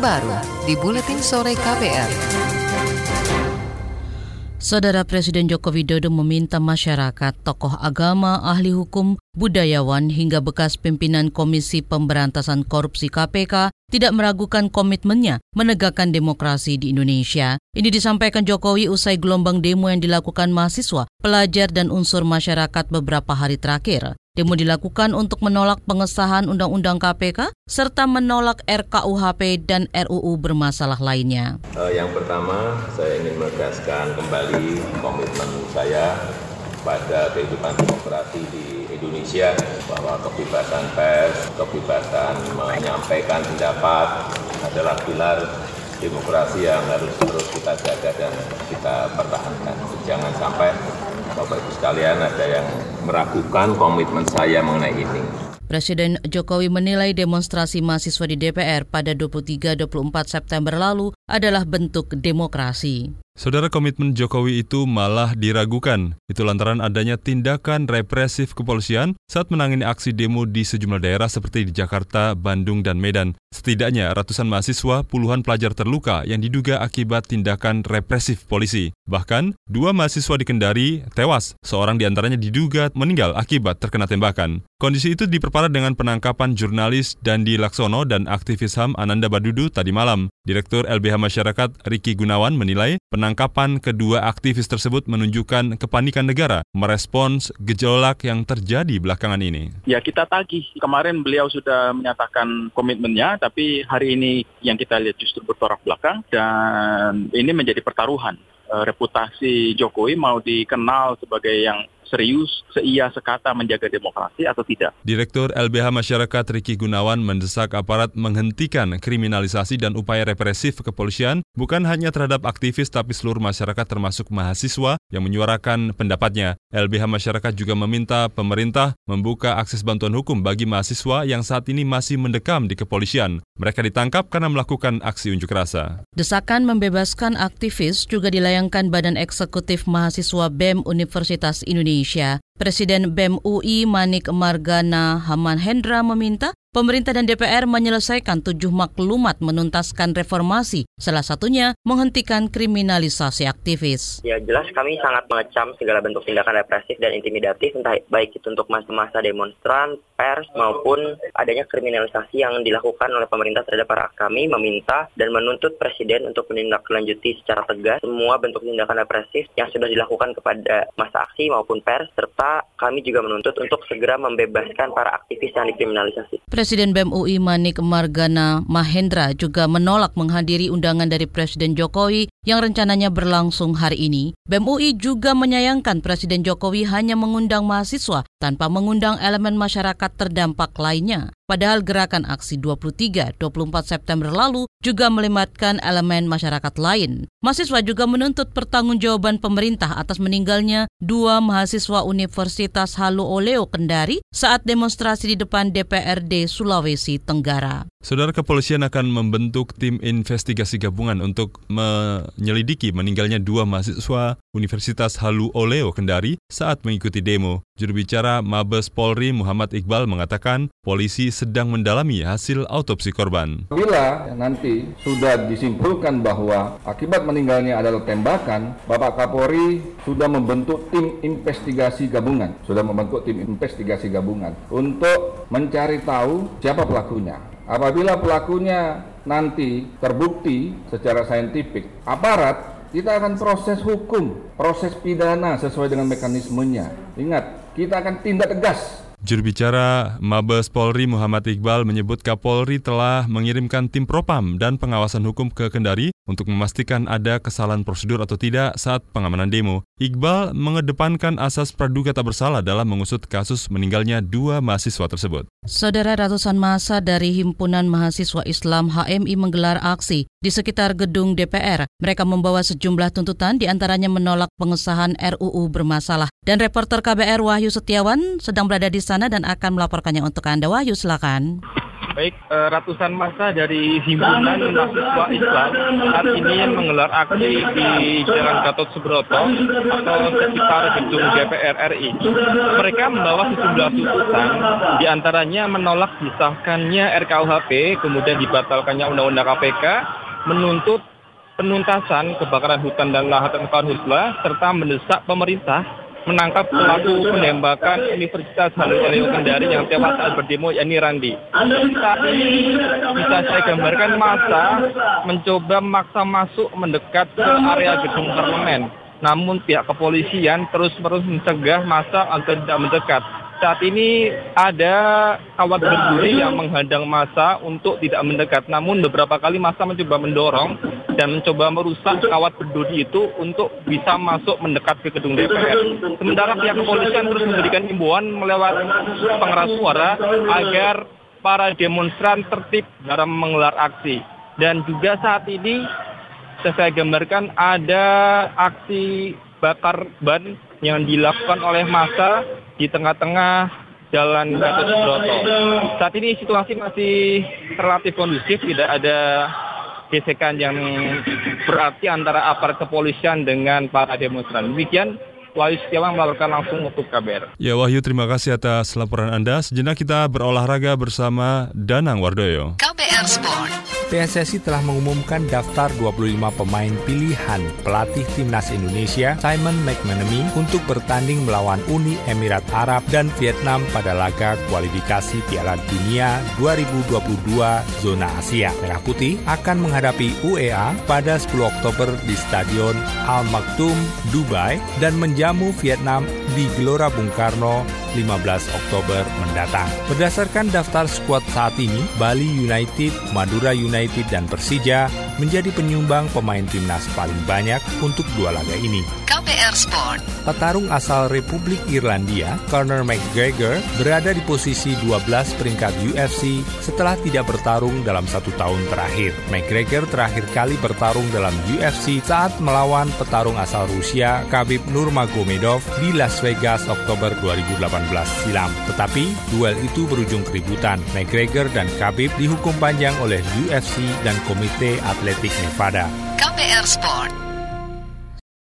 terbaru di Buletin Sore KBR. Saudara Presiden Joko Widodo meminta masyarakat, tokoh agama, ahli hukum, budayawan hingga bekas pimpinan Komisi Pemberantasan Korupsi KPK tidak meragukan komitmennya menegakkan demokrasi di Indonesia. Ini disampaikan Jokowi usai gelombang demo yang dilakukan mahasiswa, pelajar dan unsur masyarakat beberapa hari terakhir. Demo dilakukan untuk menolak pengesahan Undang-Undang KPK serta menolak RKUHP dan RUU bermasalah lainnya. Yang pertama, saya ingin menegaskan kembali komitmen saya pada kehidupan demokrasi di Indonesia bahwa kebebasan pers, kebebasan menyampaikan pendapat adalah pilar demokrasi yang harus terus kita jaga dan kita pertahankan. Jangan sampai Bapak Ibu sekalian ada yang meragukan komitmen saya mengenai ini. Presiden Jokowi menilai demonstrasi mahasiswa di DPR pada 23-24 September lalu adalah bentuk demokrasi. Saudara, komitmen Jokowi itu malah diragukan. Itu lantaran adanya tindakan represif kepolisian saat menangani aksi demo di sejumlah daerah seperti di Jakarta, Bandung, dan Medan. Setidaknya ratusan mahasiswa, puluhan pelajar terluka yang diduga akibat tindakan represif polisi. Bahkan, 2 mahasiswa di Kendari tewas. Seorang diantaranya diduga meninggal akibat terkena tembakan. Kondisi itu diperparah dengan penangkapan jurnalis Dandi Laksono dan aktivis HAM Ananda Badudu tadi malam. Direktur LBH Masyarakat Ricky Gunawan menilai penangkapan kedua aktivis tersebut menunjukkan kepanikan negara merespons gejolak yang terjadi belakangan ini. Ya, kita tagih. Kemarin beliau sudah menyatakan komitmennya, tapi hari ini yang kita lihat justru bertolak belakang dan ini menjadi pertaruhan. Reputasi Jokowi mau dikenal sebagai yang serius, seia sekata menjaga demokrasi atau tidak. Direktur LBH Masyarakat Ricky Gunawan mendesak aparat menghentikan kriminalisasi dan upaya represif kepolisian bukan hanya terhadap aktivis tapi seluruh masyarakat termasuk mahasiswa yang menyuarakan pendapatnya. LBH Masyarakat juga meminta pemerintah membuka akses bantuan hukum bagi mahasiswa yang saat ini masih mendekam di kepolisian. Mereka ditangkap karena melakukan aksi unjuk rasa. Desakan membebaskan aktivis juga dilayangkan Badan Eksekutif Mahasiswa BEM Universitas Indonesia. Presiden BEM UI Manik Margana Hamahendra meminta pemerintah dan DPR menyelesaikan 7 maklumat menuntaskan reformasi, salah satunya menghentikan kriminalisasi aktivis. Ya, jelas kami sangat mengecam segala bentuk tindakan represif dan intimidatif, entah baik itu untuk masa-masa demonstran, pers, maupun adanya kriminalisasi yang dilakukan oleh pemerintah terhadap para kami, meminta dan menuntut Presiden untuk menindaklanjuti secara tegas semua bentuk tindakan represif yang sudah dilakukan kepada massa aksi maupun pers, serta kami juga menuntut untuk segera membebaskan para aktivis yang dikriminalisasi. Presiden BEM UI Manik Margana Mahendra juga menolak menghadiri undangan dari Presiden Jokowi yang rencananya berlangsung hari ini. BEM UI juga menyayangkan Presiden Jokowi hanya mengundang mahasiswa tanpa mengundang elemen masyarakat terdampak lainnya. Padahal gerakan aksi 23-24 September lalu juga melibatkan elemen masyarakat lain. Mahasiswa juga menuntut pertanggungjawaban pemerintah atas meninggalnya 2 mahasiswa Universitas Halu Oleo Kendari saat demonstrasi di depan DPRD Sulawesi Tenggara. Saudara, kepolisian akan membentuk tim investigasi gabungan untuk menyelidiki meninggalnya 2 mahasiswa Universitas Halu Oleo Kendari saat mengikuti demo. Juru bicara Mabes Polri Muhammad Iqbal mengatakan polisi sedang mendalami hasil autopsi korban. Bila nanti sudah disimpulkan bahwa akibat meninggalnya adalah tembakan, Bapak Kapolri sudah membentuk tim investigasi gabungan. Untuk mencari tahu siapa pelakunya. Apabila pelakunya nanti terbukti secara saintifik, aparat kita akan proses hukum, proses pidana sesuai dengan mekanismenya. Ingat, kita akan tindak tegas. Juru bicara Mabes Polri Muhammad Iqbal menyebut Kapolri telah mengirimkan tim propam dan pengawasan hukum ke Kendari untuk memastikan ada kesalahan prosedur atau tidak saat pengamanan demo. Iqbal mengedepankan asas praduga tak bersalah dalam mengusut kasus meninggalnya 2 mahasiswa tersebut. Saudara, ratusan massa dari Himpunan Mahasiswa Islam HMI menggelar aksi di sekitar gedung DPR. Mereka membawa sejumlah tuntutan, diantaranya menolak pengesahan RUU bermasalah. Dan reporter KBR Wahyu Setiawan sedang berada di sana dan akan melaporkannya untuk Anda. Wahyu, silakan. Baik, ratusan massa dari himpunan mahasiswa Islam saat ini yang menggelar aksi di Jalan Gatot Subroto atau sekitar gedung DPR RI. Mereka membawa sejumlah tuntutan, diantaranya menolak disahkannya RKUHP, kemudian dibatalkannya Undang-Undang KPK, menuntut penuntasan kebakaran hutan dan lahan karhutla, serta mendesak pemerintah menangkap pelaku penembakan Universitas Haluoleo Kendari yang tewas saat berdemo, yakni Randi. Saat ini bisa saya gambarkan massa mencoba memaksa masuk mendekat ke area gedung parlemen. Namun pihak kepolisian terus-menerus mencegah massa agar tidak mendekat. Saat ini ada kawat berduri yang menghadang massa untuk tidak mendekat. Namun beberapa kali massa mencoba mendorong dan mencoba merusak kawat berduri itu untuk bisa masuk mendekat ke gedung DPR. Sementara pihak kepolisian terus memberikan himbauan melewat pengeras suara agar para demonstran tertib dalam menggelar aksi. Dan juga saat ini saya gambarkan ada aksi bakar ban yang dilakukan oleh massa di tengah-tengah Jalan Gatot Subroto. Saat ini situasi masih relatif kondusif, tidak ada gesekan yang berarti antara aparat kepolisian dengan para demonstran. Demikian, Wahyu Setiawan melaporkan langsung untuk KBR. Ya Wahyu, terima kasih atas laporan Anda. Sejenak kita berolahraga bersama Danang Wardoyo. KBR Sport. PSSI telah mengumumkan daftar 25 pemain pilihan pelatih timnas Indonesia Simon McManamy untuk bertanding melawan Uni Emirat Arab dan Vietnam pada laga kualifikasi Piala Dunia 2022 zona Asia. Merah Putih akan menghadapi UEA pada 10 Oktober di Stadion Al Maktoum, Dubai dan menjamu Vietnam di Gelora Bung Karno 15 Oktober mendatang. Berdasarkan daftar skuad saat ini, Bali United, Madura United, dan Persija menjadi penyumbang pemain timnas paling banyak untuk dua laga ini. KBR Sport. Petarung asal Republik Irlandia, Conor McGregor, berada di posisi 12 peringkat UFC setelah tidak bertarung dalam 1 tahun terakhir. McGregor terakhir kali bertarung dalam UFC saat melawan petarung asal Rusia, Khabib Nurmagomedov, di Las Vegas Oktober 2018 silam. Tetapi, duel itu berujung keributan. McGregor dan Khabib dihukum panjang oleh UFC dan Komite Atletik Nevada. KBR Sport.